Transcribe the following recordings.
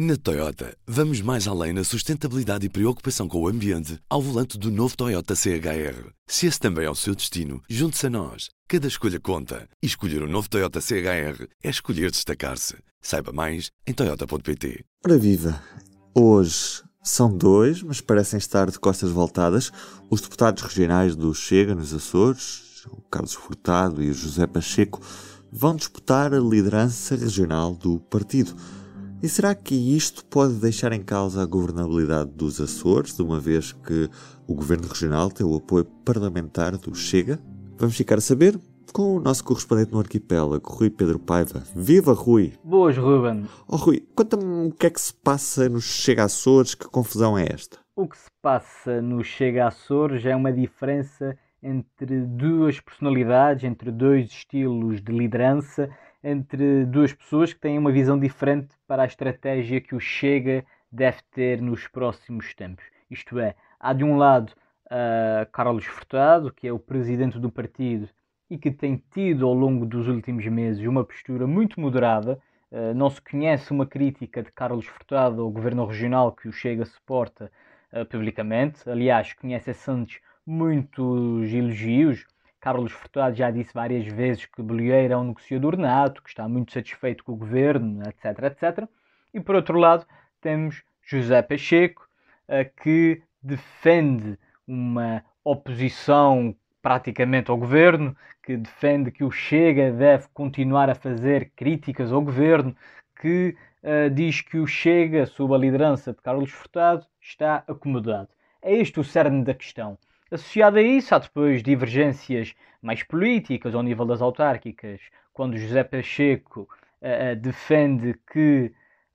Na Toyota, vamos mais além na sustentabilidade e preocupação com o ambiente ao volante do novo Toyota CHR. Se esse também é o seu destino, junte-se a nós. Cada escolha conta. E escolher o novo Toyota CHR é escolher destacar-se. Saiba mais em toyota.pt. Ora viva! Hoje são dois, mas parecem estar de costas voltadas, os deputados regionais do Chega nos Açores, o Carlos Furtado e o José Pacheco, vão disputar a liderança regional do partido. E será que isto pode deixar em causa a governabilidade dos Açores, de uma vez que o governo regional tem o apoio parlamentar do Chega? Vamos ficar a saber com o nosso correspondente no arquipélago, Rui Pedro Paiva. Viva, Rui! Boas, Ruben! Oh, Rui, conta-me o que é que se passa no Chega Açores, que confusão é esta? O que se passa no Chega Açores é uma diferença entre duas personalidades, entre dois estilos de liderança, entre duas pessoas que têm uma visão diferente para a estratégia que o Chega deve ter nos próximos tempos. Isto é, há de um lado Carlos Furtado, que é o presidente do partido e que tem tido ao longo dos últimos meses uma postura muito moderada. Não se conhece uma crítica de Carlos Furtado ao governo regional que o Chega suporta publicamente. Aliás, conhece-se antes muitos elogios. Carlos Furtado já disse várias vezes que Bolieiro é um negociador nato, que está muito satisfeito com o governo, etc, etc. E por outro lado, temos José Pacheco, que defende uma oposição praticamente ao governo, que defende que o Chega deve continuar a fazer críticas ao governo, que diz que o Chega, sob a liderança de Carlos Furtado, está acomodado. É este o cerne da questão. Associado a isso, há depois divergências mais políticas ao nível das autárquicas, quando José Pacheco defende que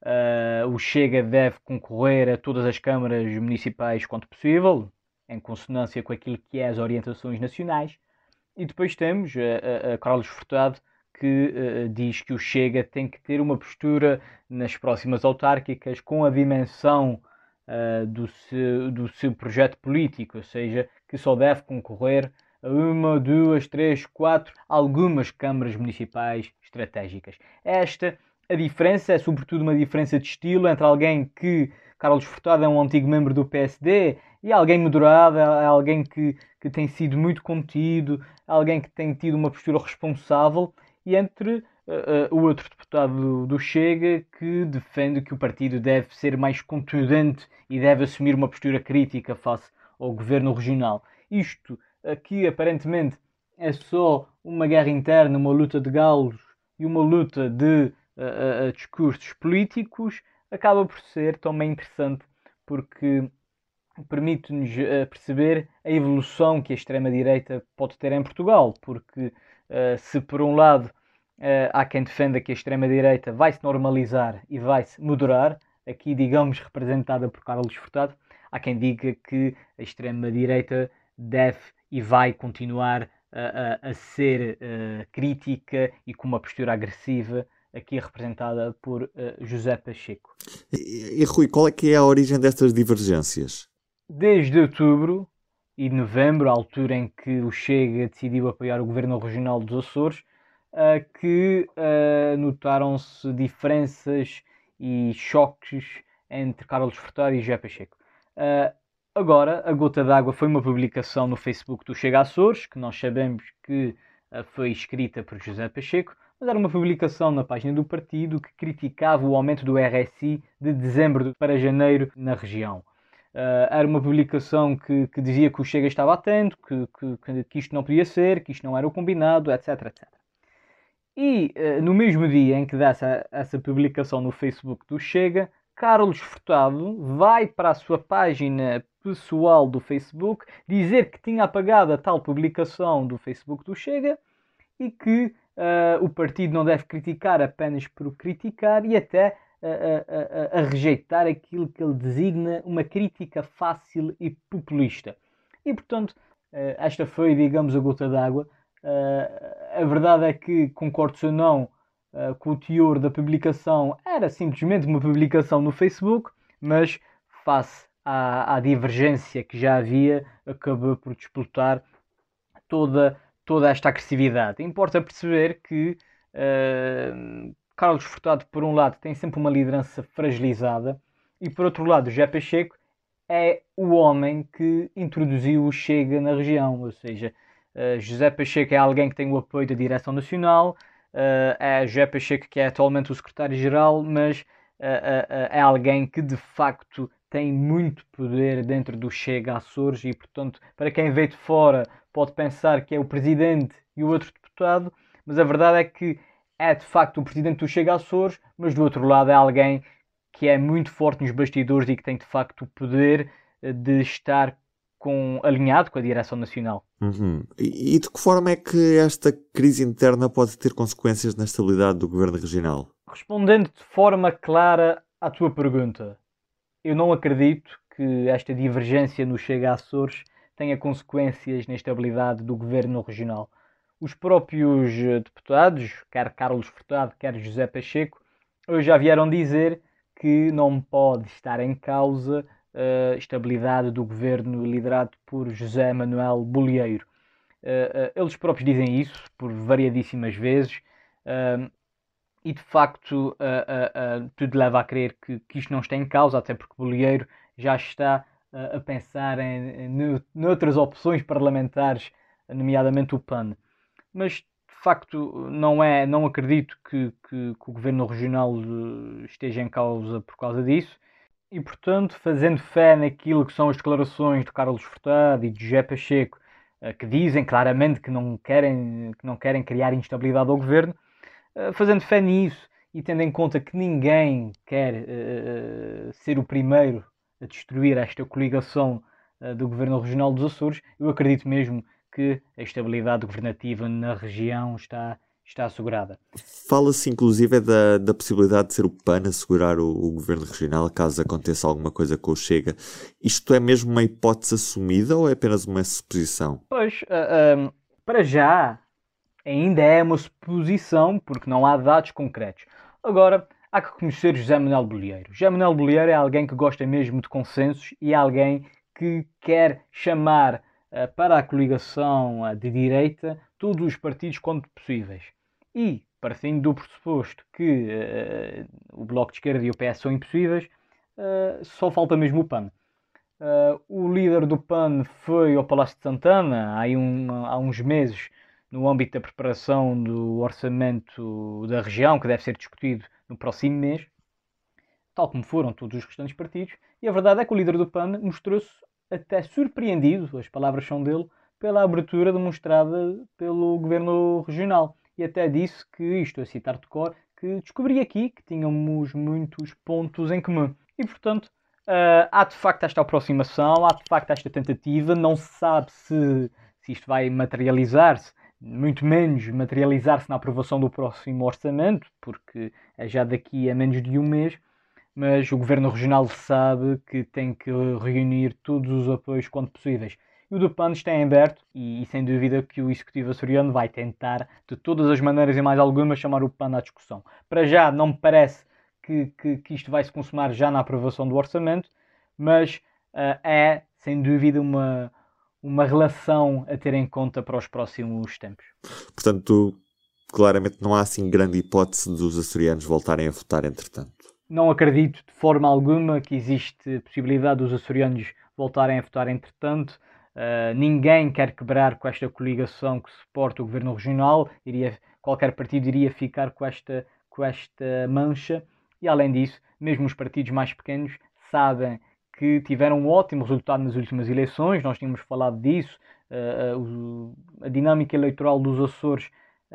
o Chega deve concorrer a todas as câmaras municipais quanto possível, em consonância com aquilo que é as orientações nacionais. E depois temos a Carlos Furtado, que diz que o Chega tem que ter uma postura nas próximas autárquicas com a dimensão do seu projeto político, ou seja, que só deve concorrer a uma, duas, três, quatro, algumas câmaras municipais estratégicas. Esta, a diferença é sobretudo uma diferença de estilo entre alguém que, Carlos Furtado é um antigo membro do PSD, e alguém moderado, é alguém que tem sido muito contido, alguém que tem tido uma postura responsável, e entre o outro deputado do Chega, que defende que o partido deve ser mais contundente e deve assumir uma postura crítica face ao governo regional. Isto aqui aparentemente é só uma guerra interna, uma luta de galos e uma luta de discursos políticos, acaba por ser também interessante porque permite-nos perceber a evolução que a extrema-direita pode ter em Portugal, porque se por um lado há quem defenda que a extrema-direita vai se normalizar e vai se moderar, aqui digamos representada por Carlos Furtado, há quem diga que a extrema-direita deve e vai continuar a ser crítica e com uma postura agressiva, aqui representada por José Pacheco. E Rui, qual é que é a origem destas divergências? Desde outubro e novembro, a altura em que o Chega decidiu apoiar o governo regional dos Açores, que notaram-se diferenças e choques entre Carlos Furtado e José Pacheco. Agora, a gota d'água foi uma publicação no Facebook do Chega Açores, que nós sabemos que foi escrita por José Pacheco, mas era uma publicação na página do partido que criticava o aumento do RSI de dezembro para janeiro na região. Era uma publicação que dizia que o Chega estava atento, que isto não podia ser, que isto não era o combinado, etc, etc. E no mesmo dia em que dá essa publicação no Facebook do Chega, Carlos Furtado vai para a sua página pessoal do Facebook dizer que tinha apagado a tal publicação do Facebook do Chega e que o partido não deve criticar apenas por criticar e até a rejeitar aquilo que ele designa uma crítica fácil e populista. E, portanto, esta foi, digamos, a gota d'água. A verdade é que, concordo ou não com o teor da publicação, era simplesmente uma publicação no Facebook, mas face à divergência que já havia, acabou por disputar toda esta agressividade. Importa perceber que Carlos Furtado, por um lado, tem sempre uma liderança fragilizada e, por outro lado, José Pacheco é o homem que introduziu o Chega na região, ou seja, José Pacheco é alguém que tem o apoio da Direção Nacional, é José Pacheco que é atualmente o secretário-geral, mas é alguém que de facto tem muito poder dentro do Chega Açores e, portanto, para quem vê de fora pode pensar que é o presidente e o outro deputado, mas a verdade é que é de facto o presidente do Chega Açores, mas do outro lado é alguém que é muito forte nos bastidores e que tem de facto o poder de estar alinhado com a direção nacional. Uhum. E de que forma é que esta crise interna pode ter consequências na estabilidade do governo regional? Respondendo de forma clara à tua pergunta, eu não acredito que esta divergência no Chega Açores tenha consequências na estabilidade do governo regional. Os próprios deputados, quer Carlos Furtado, quer José Pacheco, hoje já vieram dizer que não pode estar em causa a estabilidade do governo liderado por José Manuel Bolieiro. Eles próprios dizem isso por variadíssimas vezes e de facto tudo leva a crer que isto não está em causa, até porque Bolieiro já está a pensar noutras opções parlamentares, nomeadamente o PAN. Mas de facto não acredito que o governo regional esteja em causa por causa disso. E, portanto, fazendo fé naquilo que são as declarações de Carlos Furtado e de José Pacheco, que dizem claramente que não querem criar instabilidade ao governo, fazendo fé nisso e tendo em conta que ninguém quer ser o primeiro a destruir esta coligação do governo regional dos Açores, eu acredito mesmo que a estabilidade governativa na região está assegurada. Fala-se inclusive da possibilidade de ser o PAN a segurar o governo regional caso aconteça alguma coisa com o Chega. Isto é mesmo uma hipótese assumida ou é apenas uma suposição? Pois, para já ainda é uma suposição porque não há dados concretos. Agora, há que conhecer José Manuel Bolieiro. José Manuel Bolieiro é alguém que gosta mesmo de consensos e é alguém que quer chamar para a coligação de direita todos os partidos quanto possíveis. E, partindo do pressuposto que o Bloco de Esquerda e o PS são impossíveis, só falta mesmo o PAN. O líder do PAN foi ao Palácio de Santana há uns meses, no âmbito da preparação do orçamento da região, que deve ser discutido no próximo mês, tal como foram todos os restantes partidos, e a verdade é que o líder do PAN mostrou-se até surpreendido, as palavras são dele, pela abertura demonstrada pelo governo regional. E até disse que, isto a citar de cor, que descobri aqui que tínhamos muitos pontos em comum. E, portanto, há de facto esta aproximação, há de facto esta tentativa, não se sabe se isto vai materializar-se, muito menos materializar-se na aprovação do próximo orçamento, porque é já daqui a menos de um mês, mas o Governo Regional sabe que tem que reunir todos os apoios quanto possíveis. E o do PAN está em aberto e sem dúvida que o Executivo açoriano vai tentar, de todas as maneiras e mais algumas, chamar o PAN à discussão. Para já não me parece que isto vai se consumar já na aprovação do orçamento, mas é sem dúvida uma relação a ter em conta para os próximos tempos. Portanto, claramente não há assim grande hipótese dos açorianos voltarem a votar entretanto. Não acredito de forma alguma que existe possibilidade dos açorianos voltarem a votar entretanto. Ninguém quer quebrar com esta coligação que suporta o governo regional. Qualquer partido iria ficar com esta mancha. E além disso, mesmo os partidos mais pequenos sabem que tiveram um ótimo resultado nas últimas eleições. Nós tínhamos falado disso. A dinâmica eleitoral dos Açores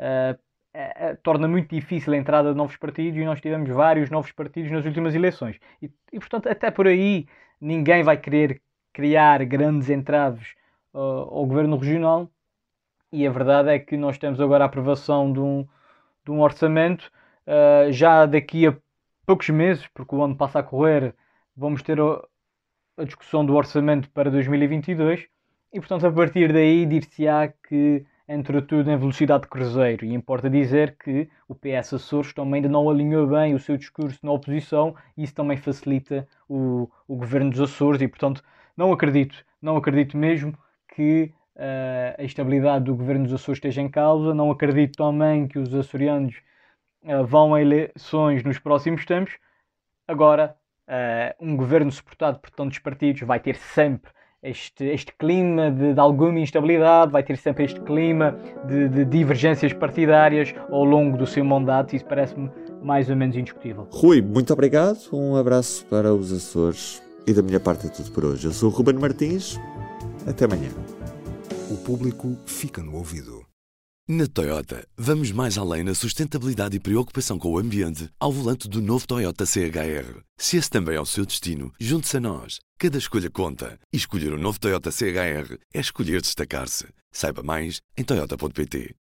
torna muito difícil a entrada de novos partidos e nós tivemos vários novos partidos nas últimas eleições. E portanto, até por aí, ninguém vai querer criar grandes entraves ao governo regional. E a verdade é que nós temos agora a aprovação de um orçamento já daqui a poucos meses, porque o ano passa a correr, vamos ter a discussão do orçamento para 2022 e, portanto, a partir daí dir-se-á que entra tudo em velocidade de cruzeiro. E importa dizer que o PS Açores também ainda não alinhou bem o seu discurso na oposição e isso também facilita o governo dos Açores e, portanto, não acredito mesmo que a estabilidade do governo dos Açores esteja em causa. Não acredito também que os açorianos vão a eleições nos próximos tempos. Agora, um governo suportado por tantos partidos vai ter sempre este clima de alguma instabilidade, vai ter sempre este clima de divergências partidárias ao longo do seu mandato. Isso parece-me mais ou menos indiscutível. Rui, muito obrigado. Um abraço para os Açores. E da minha parte é tudo por hoje. Eu sou o Ruben Martins. Até amanhã. O público fica no ouvido. Na Toyota, vamos mais além na sustentabilidade e preocupação com o ambiente ao volante do novo Toyota CHR. Se esse também é o seu destino, junte-se a nós. Cada escolha conta. E escolher o novo Toyota CHR é escolher destacar-se. Saiba mais em toyota.pt.